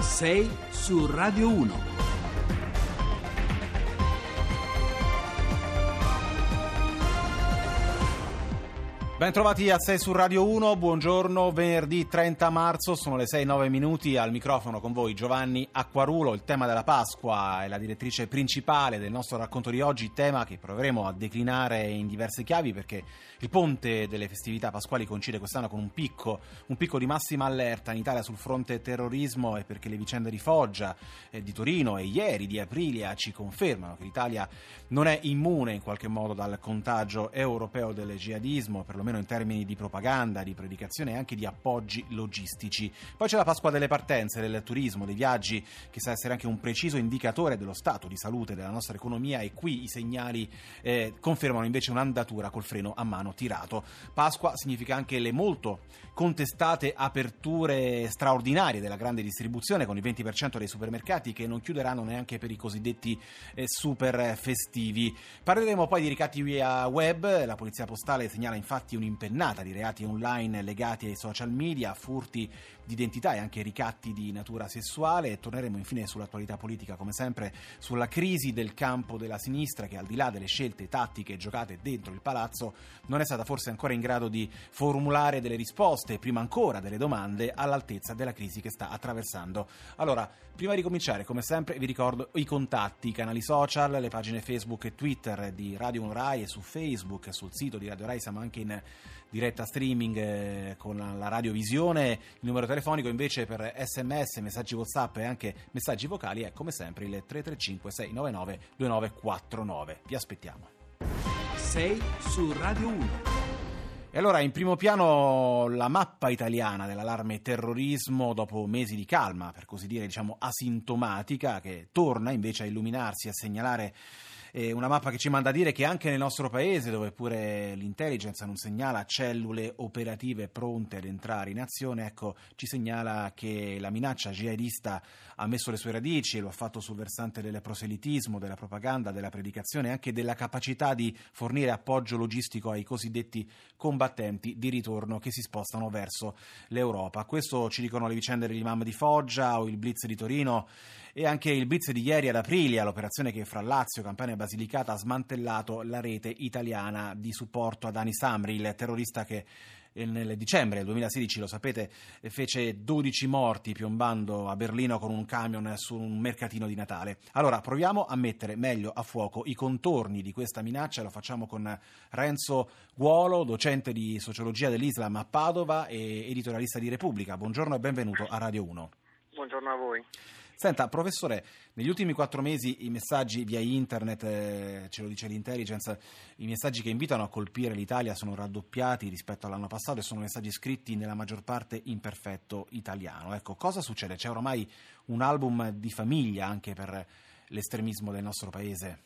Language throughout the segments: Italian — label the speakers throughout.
Speaker 1: 6 su Radio 1.
Speaker 2: Ben trovati a 6 su Radio 1, buongiorno, venerdì 30 marzo, sono le 6:09 al microfono con voi Giovanni Acquarulo. Il tema della Pasqua è la direttrice principale del nostro racconto di oggi, tema che proveremo a declinare in diverse chiavi perché il ponte delle festività pasquali coincide quest'anno con un picco di massima allerta in Italia sul fronte terrorismo e perché le vicende di Foggia, di Torino e ieri di Aprilia ci confermano che l'Italia non è immune in qualche modo dal contagio europeo del jihadismo, perlomeno in termini di propaganda, di predicazione e anche di appoggi logistici. Poi c'è la Pasqua delle partenze, del turismo, dei viaggi, che sa essere anche un preciso indicatore dello stato di salute della nostra economia, e qui i segnali confermano invece un'andatura col freno a mano tirato. Pasqua significa anche le molto contestate aperture straordinarie della grande distribuzione, con il 20% dei supermercati che non chiuderanno neanche per i cosiddetti super festivi. Parleremo poi di ricatti via web. La polizia postale segnala infatti un'impennata di reati online legati ai social media, furti di identità e anche ricatti di natura sessuale, e torneremo infine sull'attualità politica, come sempre sulla crisi del campo della sinistra che, al di là delle scelte tattiche giocate dentro il palazzo, non è stata forse ancora in grado di formulare delle risposte, prima ancora delle domande, all'altezza della crisi che sta attraversando. Allora, prima di cominciare, come sempre vi ricordo i contatti, i canali social, le pagine Facebook e Twitter di Radio 1 Rai, e su Facebook, sul sito di Radio Rai siamo anche in diretta streaming con la radiovisione. Il numero telefonico invece per SMS, messaggi WhatsApp e anche messaggi vocali è come sempre il 335 699 2949. Vi aspettiamo.
Speaker 1: 6 su Radio 1.
Speaker 2: E allora, in primo piano la mappa italiana dell'allarme terrorismo, dopo mesi di calma, per così dire, asintomatica, che torna invece a illuminarsi, a segnalare una mappa che ci manda a dire che anche nel nostro paese, dove pure l'intelligence non segnala cellule operative pronte ad entrare in azione, ecco, ci segnala che la minaccia jihadista ha messo le sue radici, e lo ha fatto sul versante del proselitismo, della propaganda, della predicazione e anche della capacità di fornire appoggio logistico ai cosiddetti combattenti di ritorno che si spostano verso l'Europa. Questo ci dicono le vicende dell'imam di Foggia o il blitz di Torino, e anche il blitz di ieri ad Aprilia, l'operazione che fra Lazio, Campania e Basilicata ha smantellato la rete italiana di supporto ad Anis Amri, il terrorista che nel dicembre del 2016, lo sapete, fece 12 morti piombando a Berlino con un camion su un mercatino di Natale. Allora, proviamo a mettere meglio a fuoco i contorni di questa minaccia. Lo facciamo con Renzo Guolo, docente di sociologia dell'Islam a Padova e editorialista di Repubblica. Buongiorno e benvenuto a Radio 1.
Speaker 3: Buongiorno a voi.
Speaker 2: Senta, professore, negli ultimi 4 mesi i messaggi via internet, ce lo dice l'intelligence, i messaggi che invitano a colpire l'Italia sono raddoppiati rispetto all'anno passato e sono messaggi scritti nella maggior parte in perfetto italiano. Ecco, cosa succede? C'è oramai un album di famiglia anche per l'estremismo del nostro paese?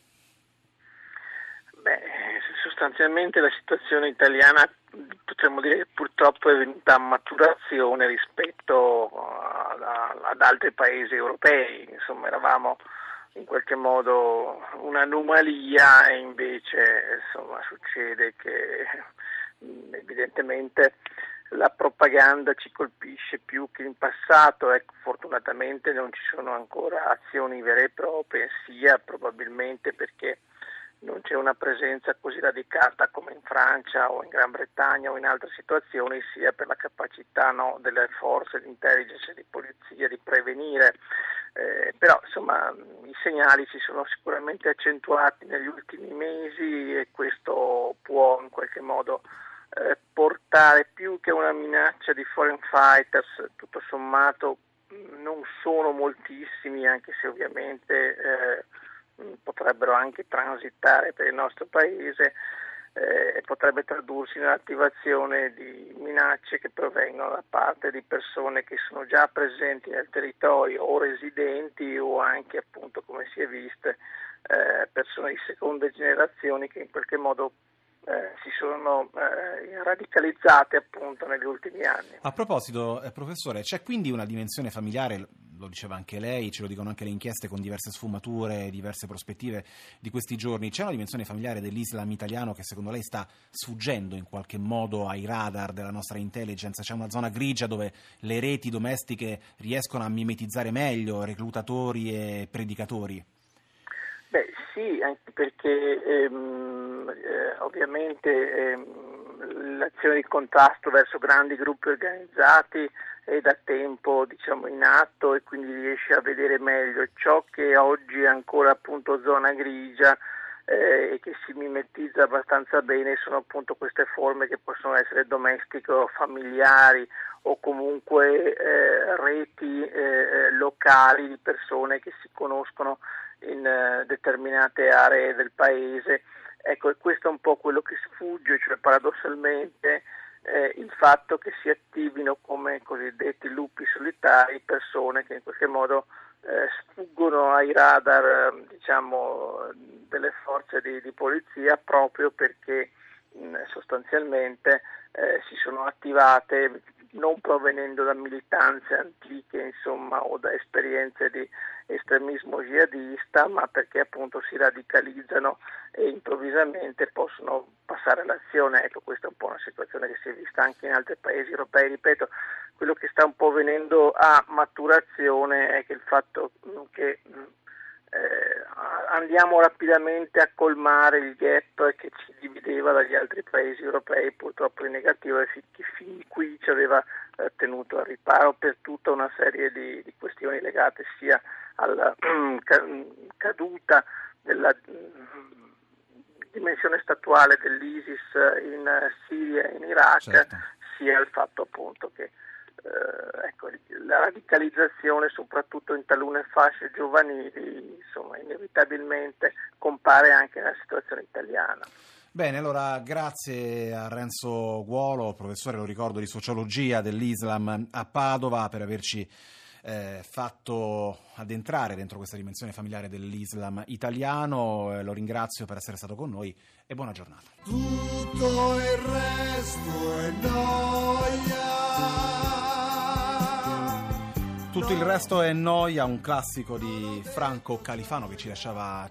Speaker 3: Sostanzialmente la situazione italiana potremmo dire che purtroppo è venuta a maturazione rispetto ad altri paesi europei. Insomma, eravamo in qualche modo un'anomalia, e invece succede che evidentemente la propaganda ci colpisce più che in passato. Ecco, fortunatamente non ci sono ancora azioni vere e proprie, sia probabilmente perché non c'è una presenza così radicata come in Francia o in Gran Bretagna o in altre situazioni, sia per la capacità delle forze di intelligence e di polizia di prevenire. Però i segnali si sono sicuramente accentuati negli ultimi mesi, e questo può in qualche modo portare, più che una minaccia di foreign fighters, tutto sommato non sono moltissimi, anche se ovviamente potrebbero anche transitare per il nostro paese, e potrebbe tradursi in un'attivazione di minacce che provengono da parte di persone che sono già presenti nel territorio, o residenti, o anche, appunto, come si è viste, persone di seconde generazioni che in qualche modo si sono radicalizzate appunto negli ultimi anni.
Speaker 2: A proposito, professore, c'è quindi una dimensione familiare, lo diceva anche lei, ce lo dicono anche le inchieste con diverse sfumature, diverse prospettive di questi giorni. C'è una dimensione familiare dell'Islam italiano che secondo lei sta sfuggendo in qualche modo ai radar della nostra intelligence? C'è una zona grigia dove le reti domestiche riescono a mimetizzare meglio reclutatori e predicatori?
Speaker 3: Beh sì, anche perché ovviamente l'azione di contrasto verso grandi gruppi organizzati è da tempo in atto, e quindi riesce a vedere meglio ciò che oggi è ancora appunto zona grigia e che si mimetizza abbastanza bene. Sono appunto queste forme che possono essere domestiche o familiari, o comunque reti locali di persone che si conoscono in determinate aree del paese. Ecco, e questo è un po' quello che sfugge, cioè paradossalmente il fatto che si attivino come cosiddetti lupi solitari persone che in qualche modo sfuggono ai radar delle forze di polizia, proprio perché sostanzialmente si sono attivate non provenendo da militanze antiche o da esperienze di estremismo jihadista, ma perché appunto si radicalizzano e improvvisamente possono passare all'azione. Ecco, questa è un po' una situazione che si è vista anche in altri paesi europei. Ripeto, quello che sta un po' venendo a maturazione è che il fatto che andiamo rapidamente a colmare il gap che ci divideva dagli altri paesi europei, purtroppo in negativo, e che fin qui ci aveva tenuto al riparo per tutta una serie di questioni legate sia alla caduta della dimensione statuale dell'ISIS in Siria e in Iraq,
Speaker 2: certo,
Speaker 3: sia al fatto appunto che la radicalizzazione, soprattutto in talune fasce giovanili, inevitabilmente compare anche nella situazione italiana.
Speaker 2: Bene, allora grazie a Renzo Guolo, professore, lo ricordo, di sociologia dell'Islam a Padova, per averci fatto addentrare dentro questa dimensione familiare dell'Islam italiano. Lo ringrazio per essere stato con noi e buona giornata.
Speaker 4: Tutto il resto è noia.
Speaker 2: Tutto il resto è noia, un classico di Franco Califano che ci lasciava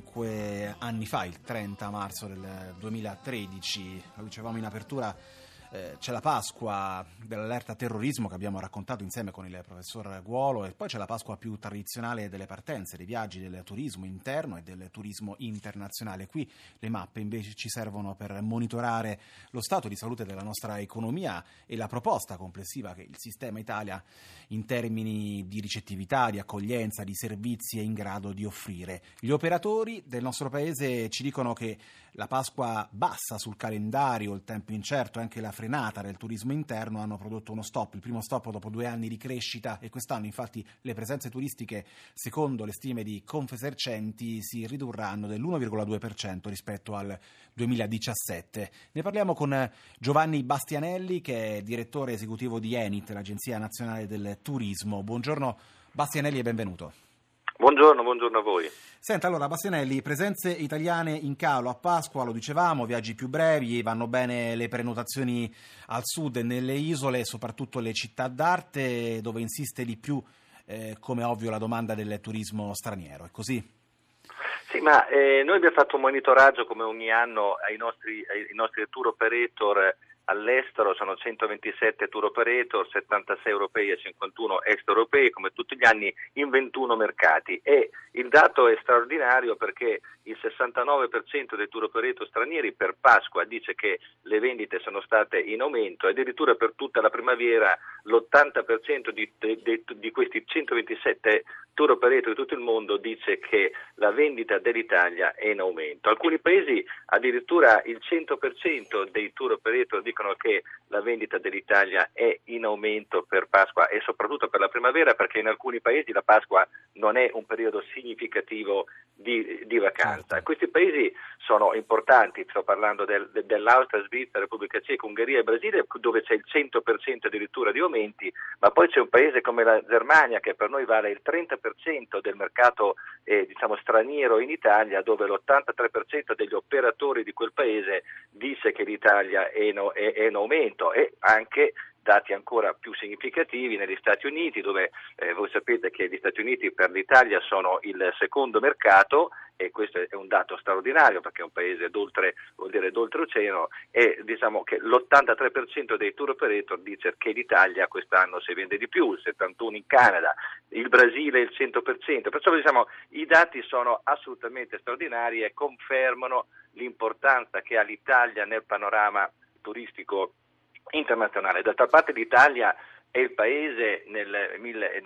Speaker 2: 5 anni fa, il 30 marzo del 2013. Lo dicevamo in apertura, c'è la Pasqua dell'allerta terrorismo che abbiamo raccontato insieme con il professor Guolo, e poi c'è la Pasqua più tradizionale delle partenze, dei viaggi, del turismo interno e del turismo internazionale. Qui le mappe invece ci servono per monitorare lo stato di salute della nostra economia e la proposta complessiva che il sistema Italia in termini di ricettività, di accoglienza, di servizi è in grado di offrire. Gli operatori del nostro paese ci dicono che la Pasqua bassa sul calendario, il tempo incerto e anche la frenata del turismo interno hanno prodotto uno stop, il primo stop dopo 2 anni di crescita, e quest'anno infatti le presenze turistiche, secondo le stime di Confesercenti, si ridurranno dell'1,2% rispetto al 2017. Ne parliamo con Giovanni Bastianelli, che è direttore esecutivo di Enit, l'Agenzia Nazionale del Turismo. Buongiorno Bastianelli e benvenuto.
Speaker 5: Buongiorno a voi.
Speaker 2: Senta, allora Bastianelli, presenze italiane in calo a Pasqua, lo dicevamo, viaggi più brevi, vanno bene le prenotazioni al sud e nelle isole, soprattutto le città d'arte, dove insiste di più, come ovvio, la domanda del turismo straniero, è così?
Speaker 5: Sì, ma noi abbiamo fatto un monitoraggio come ogni anno ai nostri tour operator all'estero. Sono 127 tour operator, 76 europei e 51 extraeuropei, come tutti gli anni, in 21 mercati, e il dato è straordinario perché il 69% dei tour operator stranieri per Pasqua dice che le vendite sono state in aumento, e addirittura per tutta la primavera l'80% di questi 127 tour operator di tutto il mondo dice che la vendita dell'Italia è in aumento. Alcuni paesi addirittura il 100% dei tour operator dicono che la vendita dell'Italia è in aumento per Pasqua e soprattutto per la primavera, perché in alcuni paesi la Pasqua non è un periodo significativo di vacanza. Questi paesi sono importanti, sto parlando dell'Austria, Svizzera, Repubblica Ceca, Ungheria e Brasile, dove c'è il 100% addirittura di aumenti, ma poi c'è un paese come la Germania, che per noi vale il 30% del mercato straniero in Italia, dove l'83% degli operatori di quel paese dice che l'Italia è in aumento, e anche dati ancora più significativi negli Stati Uniti, dove voi sapete che gli Stati Uniti per l'Italia sono il secondo mercato, e questo è un dato straordinario perché è un paese d'oltreoceano, e diciamo che l'83% dei tour operator dice che l'Italia quest'anno si vende di più, il 71% in Canada, il Brasile il 100%, perciò diciamo i dati sono assolutamente straordinari e confermano l'importanza che ha l'Italia nel panorama turistico internazionale. D'altra parte l'Italia è il paese nel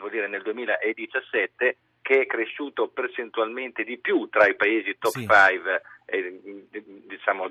Speaker 5: 2017 che è cresciuto percentualmente di più tra i paesi top 5 diciamo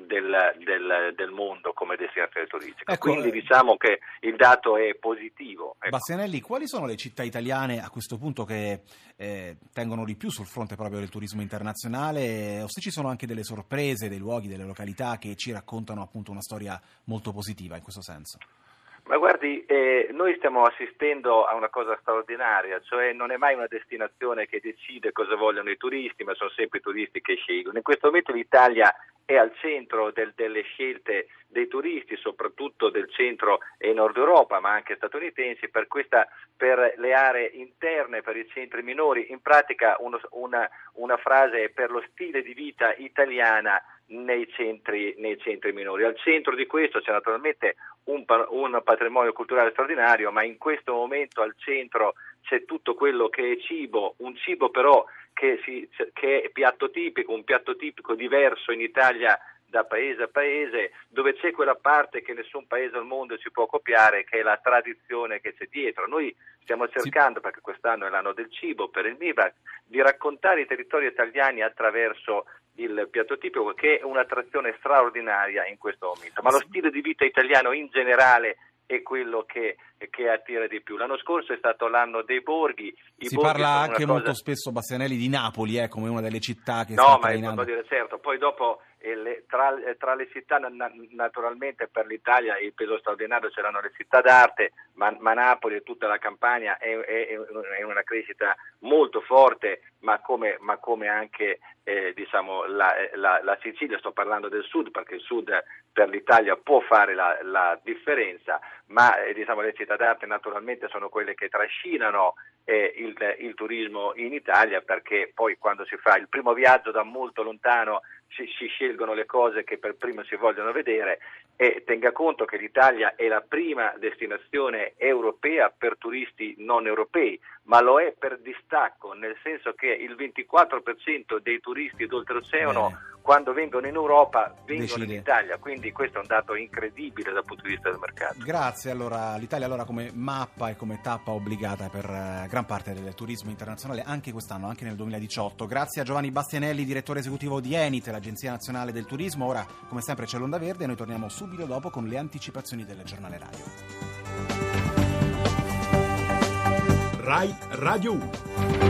Speaker 5: del mondo come destinazione turistica.
Speaker 2: Ecco,
Speaker 5: quindi diciamo che il dato è positivo. Ecco.
Speaker 2: Bastianelli, quali sono le città italiane a questo punto che tengono di più sul fronte proprio del turismo internazionale, o se ci sono anche delle sorprese, dei luoghi, delle località che ci raccontano appunto una storia molto positiva in questo senso?
Speaker 5: Ma guardi, noi stiamo assistendo a una cosa straordinaria, cioè non è mai una destinazione che decide cosa vogliono i turisti, ma sono sempre i turisti che scelgono. In questo momento l'Italia è al centro delle scelte dei turisti, soprattutto del centro e nord Europa, ma anche statunitensi, per le aree interne, per i centri minori. In pratica una frase è per lo stile di vita italiana nei centri minori. Al centro di questo c'è naturalmente un patrimonio culturale straordinario, ma in questo momento al centro c'è tutto quello che è cibo, un cibo però che è piatto tipico, un piatto tipico diverso in Italia da paese a paese, dove c'è quella parte che nessun paese al mondo ci può copiare, che è la tradizione che c'è dietro. Noi stiamo cercando, perché quest'anno è l'anno del cibo per il MIBAC, di raccontare i territori italiani attraverso il piatto tipico, che è un'attrazione straordinaria in questo momento, ma lo stile di vita italiano in generale è quello che attira di più. L'anno scorso è stato l'anno dei borghi.
Speaker 2: Si parla anche molto spesso, Bastianelli, di Napoli come una delle città che
Speaker 5: sta
Speaker 2: trainando.
Speaker 5: No, ma dire certo, poi dopo tra le città naturalmente per l'Italia il peso straordinario ce l'hanno le città d'arte, ma Napoli e tutta la Campania è una crescita molto forte, ma come anche diciamo la Sicilia. Sto parlando del sud perché il sud per l'Italia può fare la differenza, ma diciamo le città d'arte naturalmente sono quelle che trascinano il turismo in Italia, perché poi quando si fa il primo viaggio da molto lontano si scelgono le cose che per primo si vogliono vedere, e tenga conto che l'Italia è la prima destinazione europea per turisti non europei, ma lo è per distacco, nel senso che il 24% dei turisti d'oltreoceano quando vengono in Europa vengono in Italia, quindi questo è un dato incredibile dal punto di vista del mercato.
Speaker 2: Grazie. Allora l'Italia come mappa e come tappa obbligata per gran parte del turismo internazionale anche quest'anno, anche nel 2018. Grazie a Giovanni Bastianelli, direttore esecutivo di Enit, l'Agenzia Nazionale del Turismo. Ora come sempre c'è l'Onda Verde e noi torniamo subito dopo con le anticipazioni del giornale radio.
Speaker 1: Rai Radio 1.